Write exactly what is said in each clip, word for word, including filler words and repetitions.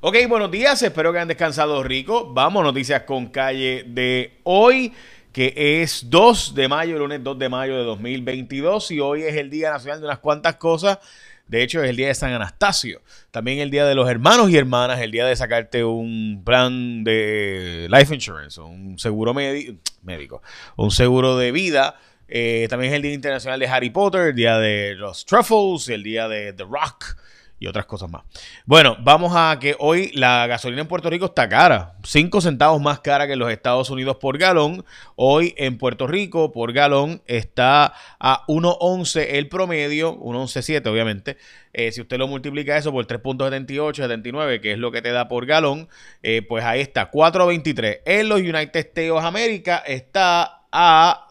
Ok, buenos días, espero que hayan descansado rico. Vamos, noticias con calle de hoy, que es dos de mayo, lunes dos de mayo de dos mil veintidós, y hoy es el Día Nacional de unas cuantas cosas. De hecho, es el día de San Anastasio, también el día de los hermanos y hermanas, el día de sacarte un plan de life insurance, un seguro médico, un seguro de vida. Eh, también es el Día Internacional de Harry Potter, el día de los Truffles, el día de The Rock y otras cosas más. Bueno, vamos a que hoy la gasolina en Puerto Rico está cara, cinco centavos más cara que en los Estados Unidos por galón. Hoy en Puerto Rico por galón está a uno once el promedio, uno once siete obviamente. Eh, si usted lo multiplica eso por tres punto setenta y ocho, setenta y nueve, que es lo que te da por galón, eh, pues ahí está, cuatro veintitrés. En los United States of America está a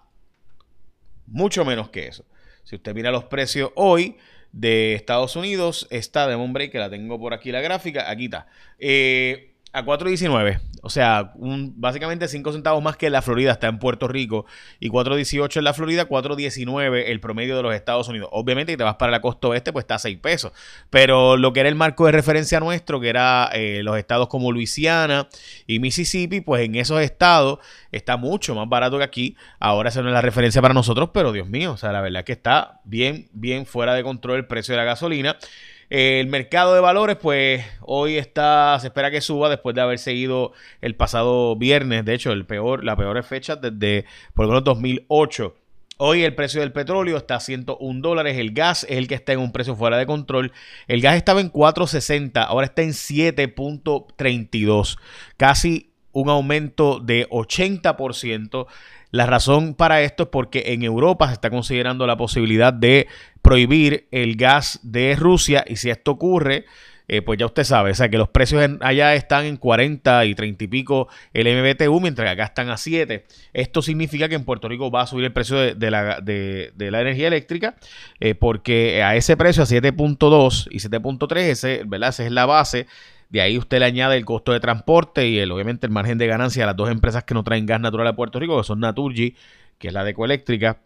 mucho menos que eso. Si usted mira los precios hoy de Estados Unidos, está de Monbreak, que la tengo por aquí la gráfica, aquí está, eh, a cuatro diecinueve, o sea, un, básicamente cinco centavos más que en la Florida, está en Puerto Rico, y cuatro dieciocho en la Florida, cuatro diecinueve el promedio de los Estados Unidos. Obviamente, si te vas para la costa oeste, pues está a seis pesos, pero lo que era el marco de referencia nuestro, que era eh, los estados como Luisiana y Mississippi, pues en esos estados está mucho más barato que aquí. Ahora esa no es la referencia para nosotros, pero Dios mío, o sea, la verdad es que está bien, bien fuera de control el precio de la gasolina. El mercado de valores, pues hoy está, se espera que suba después de haber seguido el pasado viernes, de hecho, el peor, la peor fecha desde por lo menos dos mil ocho. Hoy el precio del petróleo está a ciento un dólares, el gas es el que está en un precio fuera de control. El gas estaba en cuatro sesenta, ahora está en siete punto treinta y dos, casi un aumento de ochenta por ciento. La razón para esto es porque en Europa se está considerando la posibilidad de prohibir el gas de Rusia, y si esto ocurre, eh, pues ya usted sabe, o sea que los precios en, allá están en cuarenta y treinta y pico el M B T U, mientras que acá están a siete. Esto significa que en Puerto Rico va a subir el precio de, de, la, de, de la energía eléctrica, eh, porque a ese precio, a siete punto dos y siete punto tres, ese, ¿verdad? Esa es la base. De ahí usted le añade el costo de transporte y el, obviamente el margen de ganancia a las dos empresas que no traen gas natural a Puerto Rico, que son Naturgy, que es la de Ecoeléctrica,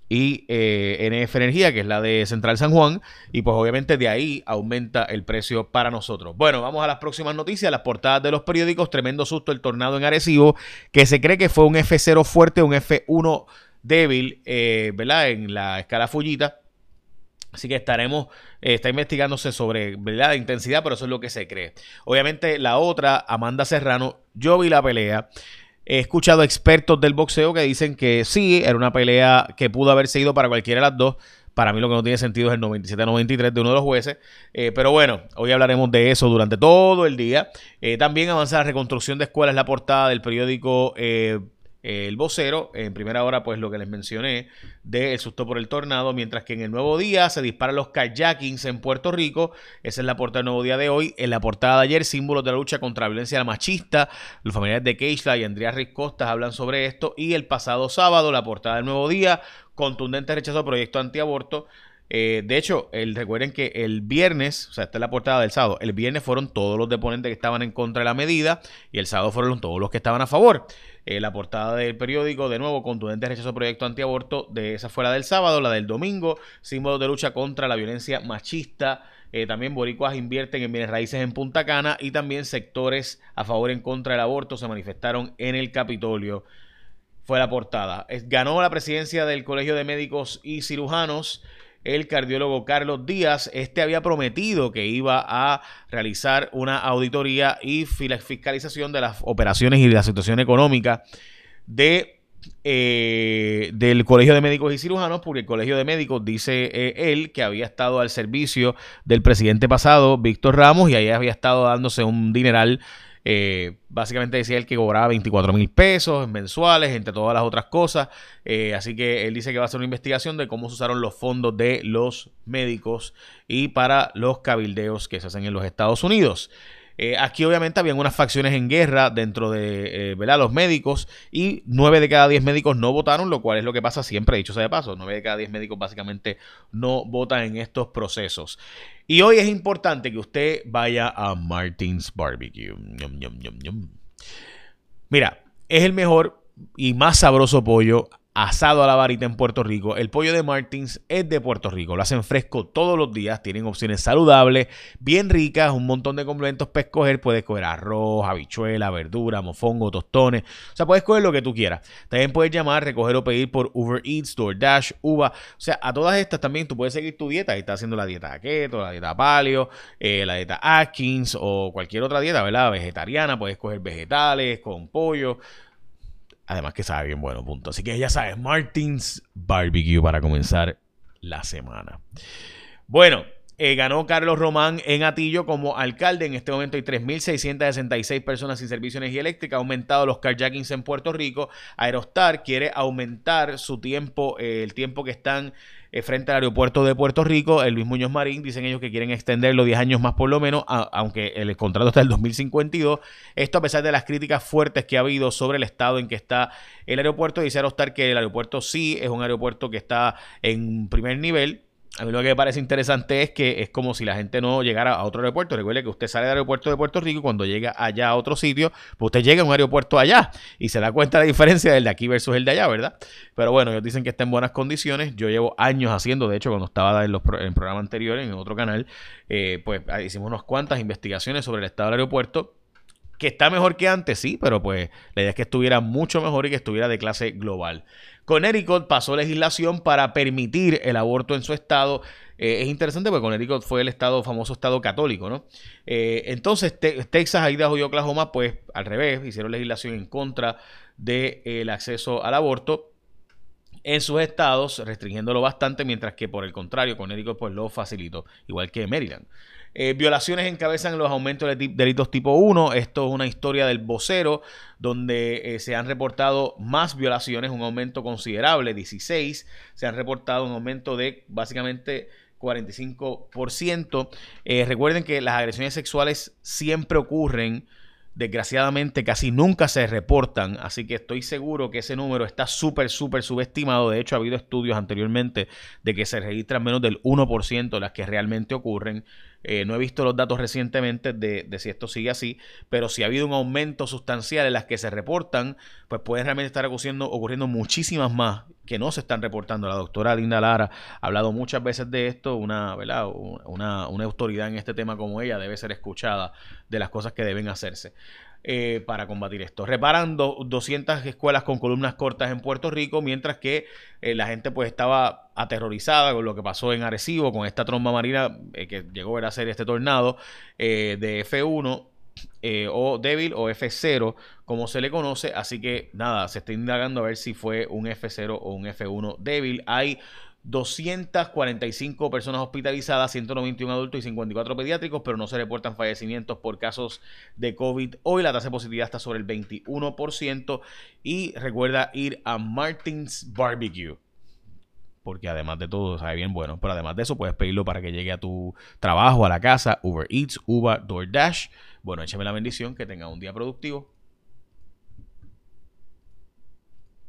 y eh, N F Energía, que es la de Central San Juan, y pues obviamente de ahí aumenta el precio para nosotros. Bueno, vamos a las próximas noticias, las portadas de los periódicos. Tremendo susto el tornado en Arecibo, que se cree que fue un F cero fuerte, un F uno débil, eh, ¿verdad? En la escala Fujita. Así que estaremos, eh, está investigándose sobre, ¿verdad?, la intensidad, pero eso es lo que se cree. Obviamente la otra, Amanda Serrano, yo vi la pelea. He escuchado expertos del boxeo que dicen que sí, era una pelea que pudo haberse ido para cualquiera de las dos. Para mí lo que no tiene sentido es el noventa y siete a noventa y tres de uno de los jueces. Eh, pero bueno, hoy hablaremos de eso durante todo el día. Eh, también avanza la reconstrucción de escuelas, la portada del periódico eh, El Vocero. En primera hora, pues lo que les mencioné del susto por el tornado, mientras que en el Nuevo Día se disparan los kayaking en Puerto Rico. Esa es la portada del Nuevo Día de hoy. En la portada de ayer, símbolos de la lucha contra la violencia machista. Los familiares de Keishla y Andrea Riz Costas hablan sobre esto. Y el pasado sábado, la portada del Nuevo Día, contundente rechazo al proyecto antiaborto. Eh, de hecho, el, recuerden que el viernes, o sea, esta es la portada del sábado, el viernes fueron todos los deponentes que estaban en contra de la medida, y el sábado fueron todos los que estaban a favor. Eh, la portada del periódico, de nuevo, contundente rechazo al proyecto antiaborto. De esa fue la del sábado. La del domingo, símbolos de lucha contra la violencia machista. Eh, también boricuas invierten en bienes raíces en Punta Cana, y también sectores a favor y en contra del aborto se manifestaron en el Capitolio. Fue la portada. Es, ganó la presidencia del Colegio de Médicos y Cirujanos el cardiólogo Carlos Díaz. Este había prometido que iba a realizar una auditoría y fiscalización de las operaciones y de la situación económica de, eh, del Colegio de Médicos y Cirujanos, porque el Colegio de Médicos dice eh, él que había estado al servicio del presidente pasado, Víctor Ramos, y ahí había estado dándose un dineral. Eh, básicamente decía él que cobraba veinticuatro mil pesos mensuales, entre todas las otras cosas. Eh, así que él dice que va a hacer una investigación de cómo se usaron los fondos de los médicos y para los cabildeos que se hacen en los Estados Unidos. Eh, aquí obviamente habían unas facciones en guerra dentro de eh, ¿verdad?, los médicos, y nueve de cada diez médicos no votaron, lo cual es lo que pasa siempre, dicho sea de paso. nueve de cada diez médicos básicamente no votan en estos procesos. Y hoy es importante que usted vaya a Martins Barbecue. Yum, yum, yum, yum. Mira, es el mejor y más sabroso pollo asado a la varita en Puerto Rico. El pollo de Martins es de Puerto Rico. Lo hacen fresco todos los días. Tienen opciones saludables, bien ricas, un montón de complementos para escoger. Puedes coger arroz, habichuela, verdura, mofongo, tostones. O sea, puedes coger lo que tú quieras. También puedes llamar, recoger o pedir por Uber Eats, DoorDash, Uva. O sea, a todas estas también tú puedes seguir tu dieta. Ahí estás haciendo la dieta keto, la dieta paleo, eh, la dieta Atkins o cualquier otra dieta, ¿verdad? Vegetariana. Puedes coger vegetales con pollo. Además que sabe bien bueno, punto. Así que ya sabes, Martins Barbecue para comenzar la semana. Bueno, eh, ganó Carlos Román en Atillo como alcalde. En este momento hay tres mil seiscientas sesenta y seis personas sin servicio de energía eléctrica. Ha aumentado los carjackings en Puerto Rico. Aerostar quiere aumentar su tiempo, eh, el tiempo que están eh, frente al aeropuerto de Puerto Rico. El Luis Muñoz Marín, dicen ellos que quieren extenderlo diez años más por lo menos, a, aunque el contrato está en el dos mil cincuenta y dos. Esto a pesar de las críticas fuertes que ha habido sobre el estado en que está el aeropuerto. Dice Aerostar que el aeropuerto sí es un aeropuerto que está en primer nivel. A mí lo que me parece interesante es que es como si la gente no llegara a otro aeropuerto. Recuerde que usted sale del aeropuerto de Puerto Rico y cuando llega allá a otro sitio, pues usted llega a un aeropuerto allá y se da cuenta de la diferencia del de aquí versus el de allá, ¿verdad? Pero bueno, ellos dicen que está en buenas condiciones. Yo llevo años haciendo, de hecho, cuando estaba en, los pro en el programa anterior, en otro canal, eh, pues hicimos unas cuantas investigaciones sobre el estado del aeropuerto. Que está mejor que antes, sí, pero pues la idea es que estuviera mucho mejor y que estuviera de clase global. Connecticut pasó legislación para permitir el aborto en su estado. Eh, es interesante porque Connecticut fue el estado, famoso estado católico, ¿no? Eh, entonces, te Texas, Idaho y Oklahoma, pues al revés, hicieron legislación en contra del acceso al aborto en sus estados, restringiéndolo bastante, mientras que por el contrario, Connecticut pues lo facilitó, igual que Maryland. Eh, violaciones encabezan los aumentos de delitos tipo uno. Esto es una historia del vocero donde eh, se han reportado más violaciones, un aumento considerable, dieciséis. Se han reportado un aumento de básicamente cuarenta y cinco por ciento. Eh, recuerden que las agresiones sexuales siempre ocurren. Desgraciadamente casi nunca se reportan, así que estoy seguro que ese número está súper, súper subestimado. De hecho, ha habido estudios anteriormente de que se registran menos del uno por ciento de las que realmente ocurren. Eh, no he visto los datos recientemente de, de si esto sigue así, pero si ha habido un aumento sustancial en las que se reportan, pues pueden realmente estar ocurriendo, ocurriendo muchísimas más que no se están reportando. La doctora Linda Lara ha hablado muchas veces de esto. Una, ¿verdad? Una, una autoridad en este tema como ella debe ser escuchada de las cosas que deben hacerse. Eh, para combatir esto. Reparando doscientas escuelas con columnas cortas en Puerto Rico, mientras que eh, la gente pues estaba aterrorizada con lo que pasó en Arecibo, con esta tromba marina eh, que llegó a ser este tornado eh, de F uno eh, o débil o F cero, como se le conoce. Así que nada, se está indagando a ver si fue un F cero o un F uno débil. Hay doscientas cuarenta y cinco personas hospitalizadas, ciento noventa y uno adultos y cincuenta y cuatro pediátricos, pero no se reportan fallecimientos por casos de COVID. Hoy la tasa de positividad está sobre el veintiuno por ciento y recuerda ir a Martins Barbecue, porque además de todo sabe bien bueno, pero además de eso puedes pedirlo para que llegue a tu trabajo, a la casa, Uber Eats, Uber, DoorDash. Bueno, échame la bendición, que tenga un día productivo.